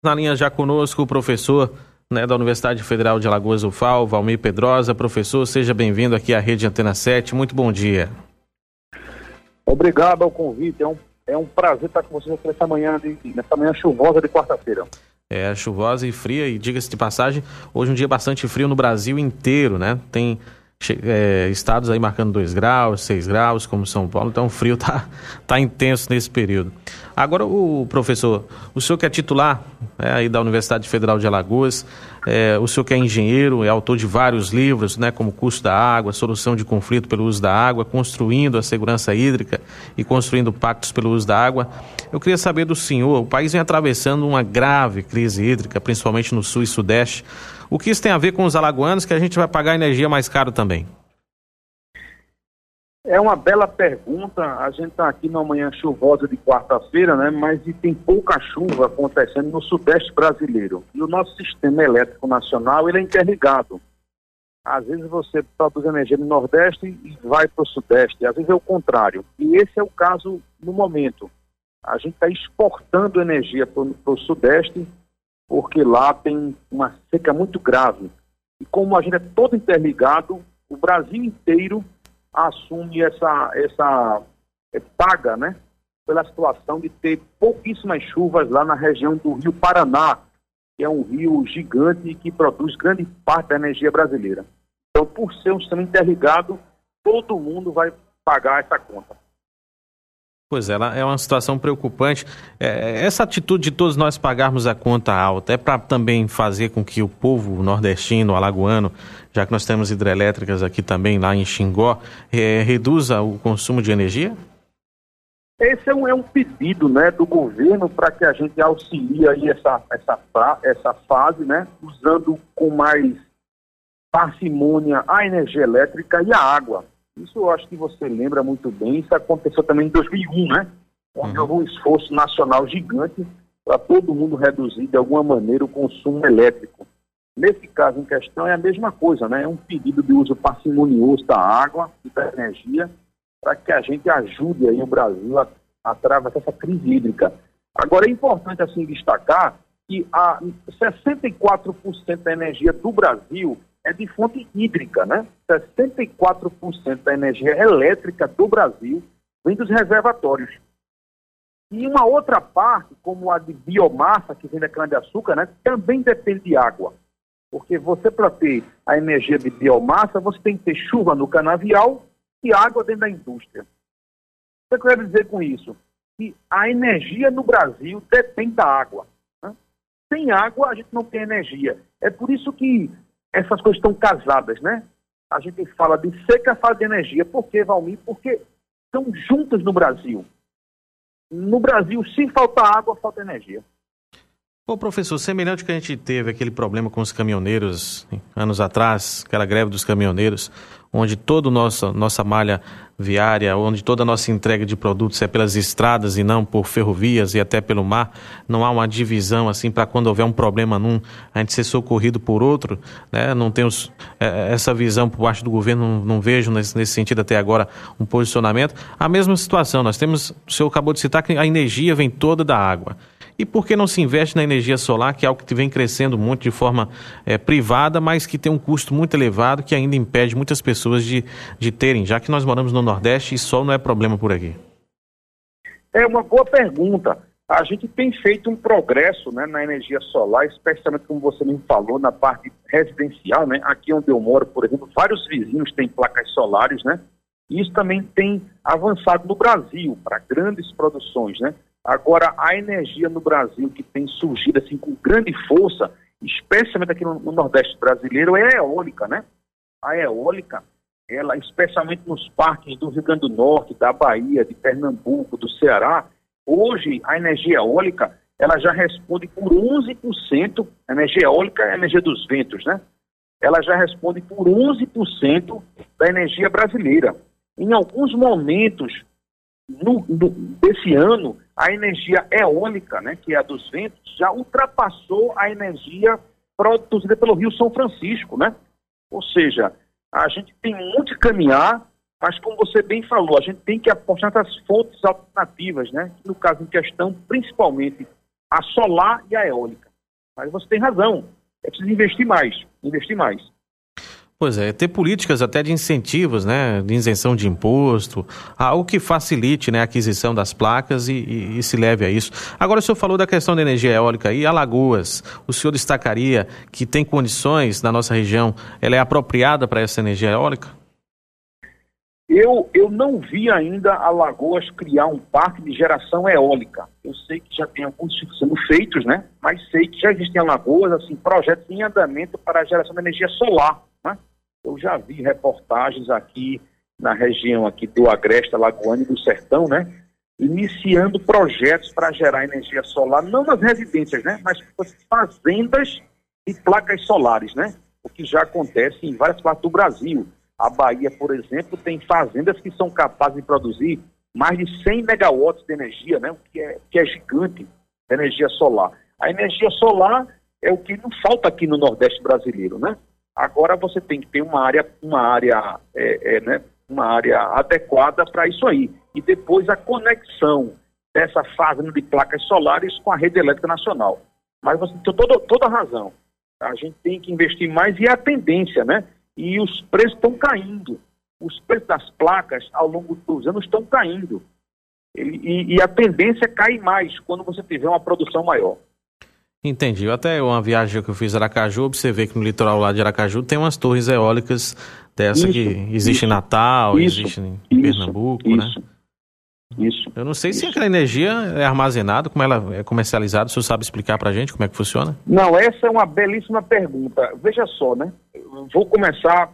Na linha já conosco o professor, da Universidade Federal de Alagoas UFAL, Valmir Pedrosa. Professor, seja bem-vindo aqui à Rede Antena 7. Muito bom dia. Obrigado ao convite. É um prazer estar com vocês nessa manhã chuvosa de quarta-feira. É, chuvosa e fria, e diga-se de passagem, hoje um dia bastante frio no Brasil inteiro, né? Tem estados aí marcando 2 graus, 6 graus, como São Paulo, então o frio tá intenso nesse período. Agora, professor, o senhor que é titular aí da Universidade Federal de Alagoas, o senhor que é engenheiro, é autor de vários livros, como Custo da Água, Solução de Conflito pelo Uso da Água, Construindo a Segurança Hídrica e Construindo Pactos pelo Uso da Água. Eu queria saber do senhor, o país vem atravessando uma grave crise hídrica, principalmente no sul e sudeste. O que isso tem a ver com os alagoanos, que a gente vai pagar energia mais caro também? É uma bela pergunta. A gente está aqui numa manhã chuvosa de quarta-feira, mas tem pouca chuva acontecendo no sudeste brasileiro. E o nosso sistema elétrico nacional ele é interligado. Às vezes você produz energia no nordeste e vai para o sudeste, às vezes é o contrário. E esse é o caso no momento. A gente está exportando energia para o sudeste, porque lá tem uma seca muito grave. E como a gente é todo interligado, o Brasil inteiro assume paga, pela situação de ter pouquíssimas chuvas lá na região do Rio Paraná, que é um rio gigante que produz grande parte da energia brasileira. Então, por ser um sistema interligado, todo mundo vai pagar essa conta. Pois é, ela é uma situação preocupante. Essa atitude de todos nós pagarmos a conta alta é para também fazer com que o povo nordestino, alagoano, já que nós temos hidrelétricas aqui também, lá em Xingó, reduza o consumo de energia? Esse é um pedido do governo para que a gente auxilie aí essa fase, usando com mais parcimônia a energia elétrica e a água. Isso eu acho que você lembra muito bem. Isso aconteceu também em 2001, onde houve um esforço nacional gigante para todo mundo reduzir de alguma maneira o consumo elétrico. Nesse caso em questão é a mesma coisa, é um pedido de uso parcimonioso da água e da energia para que a gente ajude aí o Brasil a atravessar essa crise hídrica. Agora é importante assim destacar que 64% da energia do Brasil é de fonte hídrica, 64% da energia elétrica do Brasil vem dos reservatórios. E uma outra parte, como a de biomassa, que vem da cana-de-açúcar, também depende de água. Porque você, para ter a energia de biomassa, você tem que ter chuva no canavial e água dentro da indústria. O que eu quero dizer com isso? Que a energia no Brasil depende da água. Sem água, a gente não tem energia. É por isso que essas coisas estão casadas, A gente fala de seca, fala de energia. Por quê, Valmir? Porque estão juntas no Brasil. No Brasil, se faltar água, falta energia. Bom, professor, semelhante que a gente teve aquele problema com os caminhoneiros anos atrás, aquela greve dos caminhoneiros, onde toda a nossa malha viária, onde toda a nossa entrega de produtos é pelas estradas e não por ferrovias e até pelo mar, não há uma divisão assim para quando houver um problema a gente ser socorrido por outro, Não temos essa visão por parte do governo, não vejo nesse sentido até agora um posicionamento. A mesma situação, o senhor acabou de citar que a energia vem toda da água. E por que não se investe na energia solar, que é algo que vem crescendo muito de forma privada, mas que tem um custo muito elevado, que ainda impede muitas pessoas de terem, já que nós moramos no Nordeste e sol não é problema por aqui? É uma boa pergunta. A gente tem feito um progresso na energia solar, especialmente como você me falou, na parte residencial, Aqui onde eu moro, por exemplo, vários vizinhos têm placas solares, E isso também tem avançado no Brasil para grandes produções, Agora, a energia no Brasil que tem surgido assim com grande força, especialmente aqui no Nordeste brasileiro, é a eólica, A eólica, ela, especialmente nos parques do Rio Grande do Norte, da Bahia, de Pernambuco, do Ceará, hoje a energia eólica, ela já responde por 11%, a energia eólica é a energia dos ventos, Ela já responde por 11% da energia brasileira. Em alguns momentos desse ano, a energia eólica, que é a dos ventos, já ultrapassou a energia produzida pelo Rio São Francisco, Ou seja, a gente tem muito que caminhar, mas como você bem falou, a gente tem que apostar nas fontes alternativas, No caso em questão, principalmente a solar e a eólica. Mas você tem razão, é preciso investir mais. Pois é, ter políticas até de incentivos, né, de isenção de imposto, algo que facilite, né, a aquisição das placas e se leve a isso. Agora, o senhor falou da questão da energia eólica e Alagoas, o senhor destacaria que tem condições na nossa região, ela é apropriada para essa energia eólica? Eu não vi ainda Alagoas criar um parque de geração eólica. Eu sei que já tem alguns sendo feitos, né, mas sei que já existem em Alagoas, assim, projetos em andamento para a geração de energia solar, né? Eu já vi reportagens aqui na região aqui do Agreste, Alagoano e do Sertão, né? Iniciando projetos para gerar energia solar, não nas residências, né? Mas nas fazendas de placas solares, né? O que já acontece em várias partes do Brasil. A Bahia, por exemplo, tem fazendas que são capazes de produzir mais de 100 megawatts de energia, né? O que é gigante, de energia solar. A energia solar é o que não falta aqui no Nordeste brasileiro, né? Agora você tem que ter uma área adequada para isso aí. E depois a conexão dessa fazenda de placas solares com a rede elétrica nacional. Mas você tem toda a razão. A gente tem que investir mais e a tendência, né? E os preços estão caindo. Os preços das placas ao longo dos anos estão caindo. E a tendência é cair mais quando você tiver uma produção maior. Entendi. Até uma viagem que eu fiz em Aracaju, observei que no litoral lá de Aracaju tem umas torres eólicas dessa que existe em Natal, existe em Pernambuco, né? Isso. Eu não sei se aquela energia é armazenada, como ela é comercializada, o senhor sabe explicar pra gente como é que funciona? Não, essa é uma belíssima pergunta. Veja só, né? Vou começar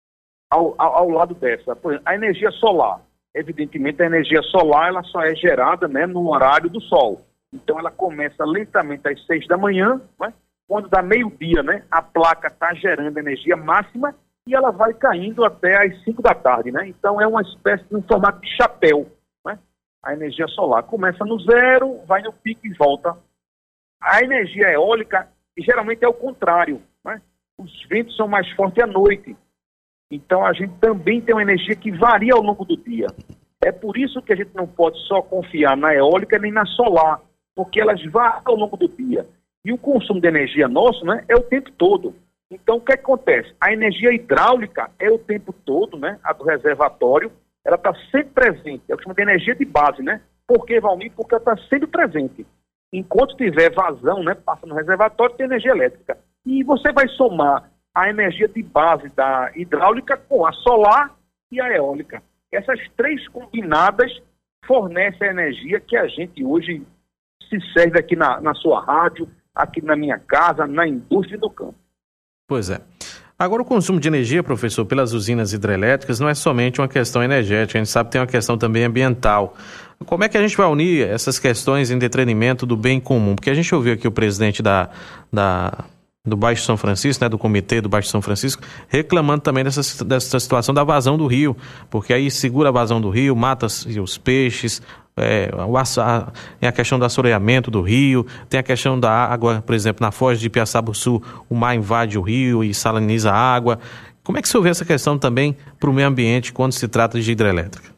ao lado dessa. Por exemplo, a energia solar. Evidentemente, a energia solar ela só é gerada, né, no horário do sol. Então, ela começa lentamente às 6 da manhã, né? Quando dá meio-dia, né, a placa está gerando energia máxima e ela vai caindo até às 5 da tarde, né? Então, é uma espécie de um formato de chapéu, né? A energia solar começa no zero, vai no pico e volta. A energia eólica, geralmente, é o contrário, né? Os ventos são mais fortes à noite. Então, a gente também tem uma energia que varia ao longo do dia. É por isso que a gente não pode só confiar na eólica nem na solar, porque elas variam ao longo do dia. E o consumo de energia nosso, né, é o tempo todo. Então, o que acontece? A energia hidráulica é o tempo todo, né, a do reservatório, ela está sempre presente. É o que chama de energia de base, né? Por que, Valmir? Porque ela está sempre presente. Enquanto tiver vazão, né, passa no reservatório, tem energia elétrica. E você vai somar a energia de base da hidráulica com a solar e a eólica. Essas três combinadas fornecem a energia que a gente hoje se serve aqui na sua rádio, aqui na minha casa, na indústria do campo. Pois é. Agora, o consumo de energia, professor, pelas usinas hidrelétricas não é somente uma questão energética, a gente sabe que tem uma questão também ambiental. Como é que a gente vai unir essas questões em detrimento do bem comum? Porque a gente ouviu aqui o presidente do Baixo São Francisco, né, do Comitê do Baixo São Francisco, reclamando também dessa situação da vazão do rio, porque aí segura a vazão do rio, mata os peixes, tem a questão do assoreamento do rio, tem a questão da água, por exemplo, na foz de Piaçabuçu, o mar invade o rio e saliniza a água. Como é que o senhor vê essa questão também para o meio ambiente quando se trata de hidrelétrica?